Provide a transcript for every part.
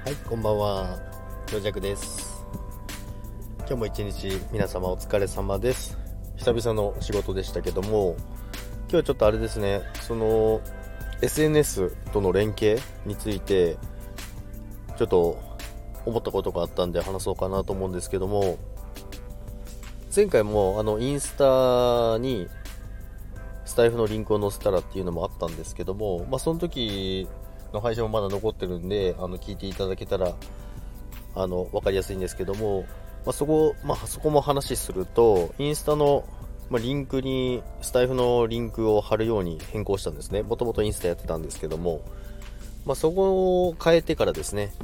はい、こんばんは。よじゃくです。今日も一日皆様お疲れ様です。久々の仕事でしたけども、今日はちょっとあれですね、SNS との連携についてちょっと思ったことがあったんで話そうかなと思うんですけども、前回もインスタにスタイフのリンクを載せたらっていうのもあったんですけども、その時の配信もまだ残ってるんで、聞いていただけたら分かりやすいんですけども、そこも話すると、インスタの、リンクにスタイフのリンクを貼るように変更したんですね。もともとインスタやってたんですけども、そこを変えてからですね、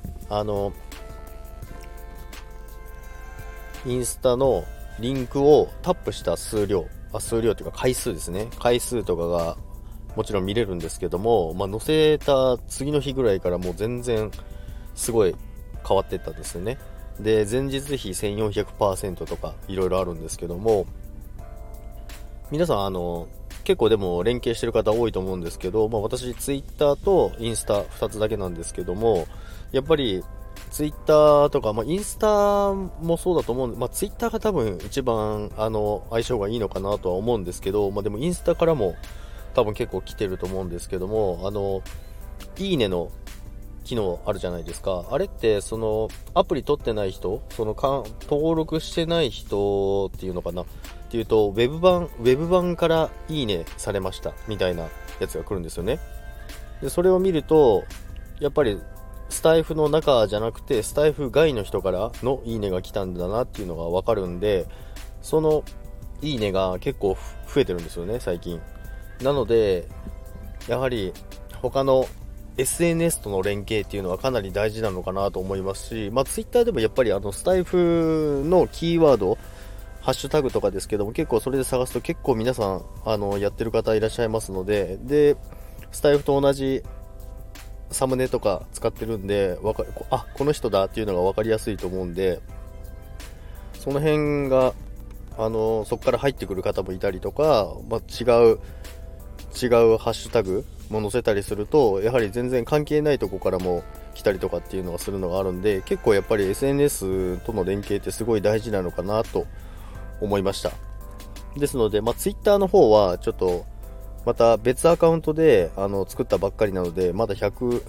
インスタのリンクをタップした数量というか回数ですね、回数とかがもちろん見れるんですけども、載せた次の日ぐらいからもう全然すごい変わっていったんですよね。で、前日比 1400% とかいろいろあるんですけども、皆さん結構でも連携してる方多いと思うんですけど、私ツイッターとインスタ2つだけなんですけども、やっぱりツイッターとか、インスタもそうだと思うんで、ツイッターが多分一番相性がいいのかなとは思うんですけど、でもインスタからも多分結構来てると思うんですけども、いいねの機能あるじゃないですか。あれってアプリ取ってない人、登録してない人っていうのかなっていうと、ウェブ版からいいねされましたみたいなやつが来るんですよね。でそれを見ると、やっぱりスタイフの中じゃなくてスタイフ外の人からのいいねが来たんだなっていうのがわかるんで、そのいいねが結構増えてるんですよね、最近。なのでやはり他の SNS との連携っていうのはかなり大事なのかなと思いますし、ツイッターでもやっぱりスタイフのキーワード、ハッシュタグとかですけども、結構それで探すと結構皆さんやってる方いらっしゃいますので、スタイフと同じサムネとか使ってるんで、この人だっていうのが分かりやすいと思うんで、その辺がそこから入ってくる方もいたりとか、違うハッシュタグも載せたりすると、やはり全然関係ないとこからも来たりとかっていうのがするのがあるんで、結構やっぱり SNS との連携ってすごい大事なのかなと思いました。ですので、Twitter の方はちょっとまた別アカウントで作ったばっかりなので、まだ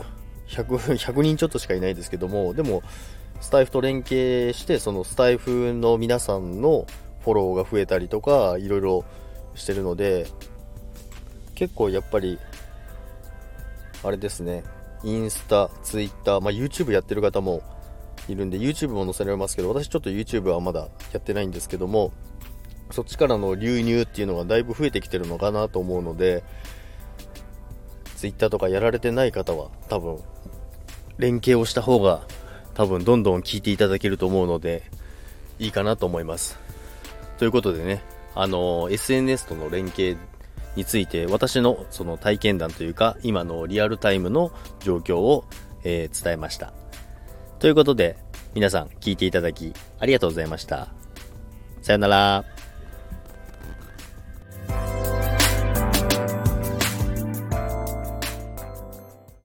100人ちょっとしかいないですけども、でもスタイフと連携して、そのスタイフの皆さんのフォローが増えたりとかいろいろしてるので、結構やっぱりあれですね、インスタ、ツイッター、YouTube やってる方もいるんで YouTube も載せられますけど、私ちょっと YouTube はまだやってないんですけども、そっちからの流入っていうのがだいぶ増えてきてるのかなと思うので、ツイッターとかやられてない方は多分連携をした方が多分どんどん聞いていただけると思うのでいいかなと思います。ということでね、SNS との連携について私のその体験談というか今のリアルタイムの状況を、伝えました。ということで皆さん聞いていただきありがとうございました。さよなら。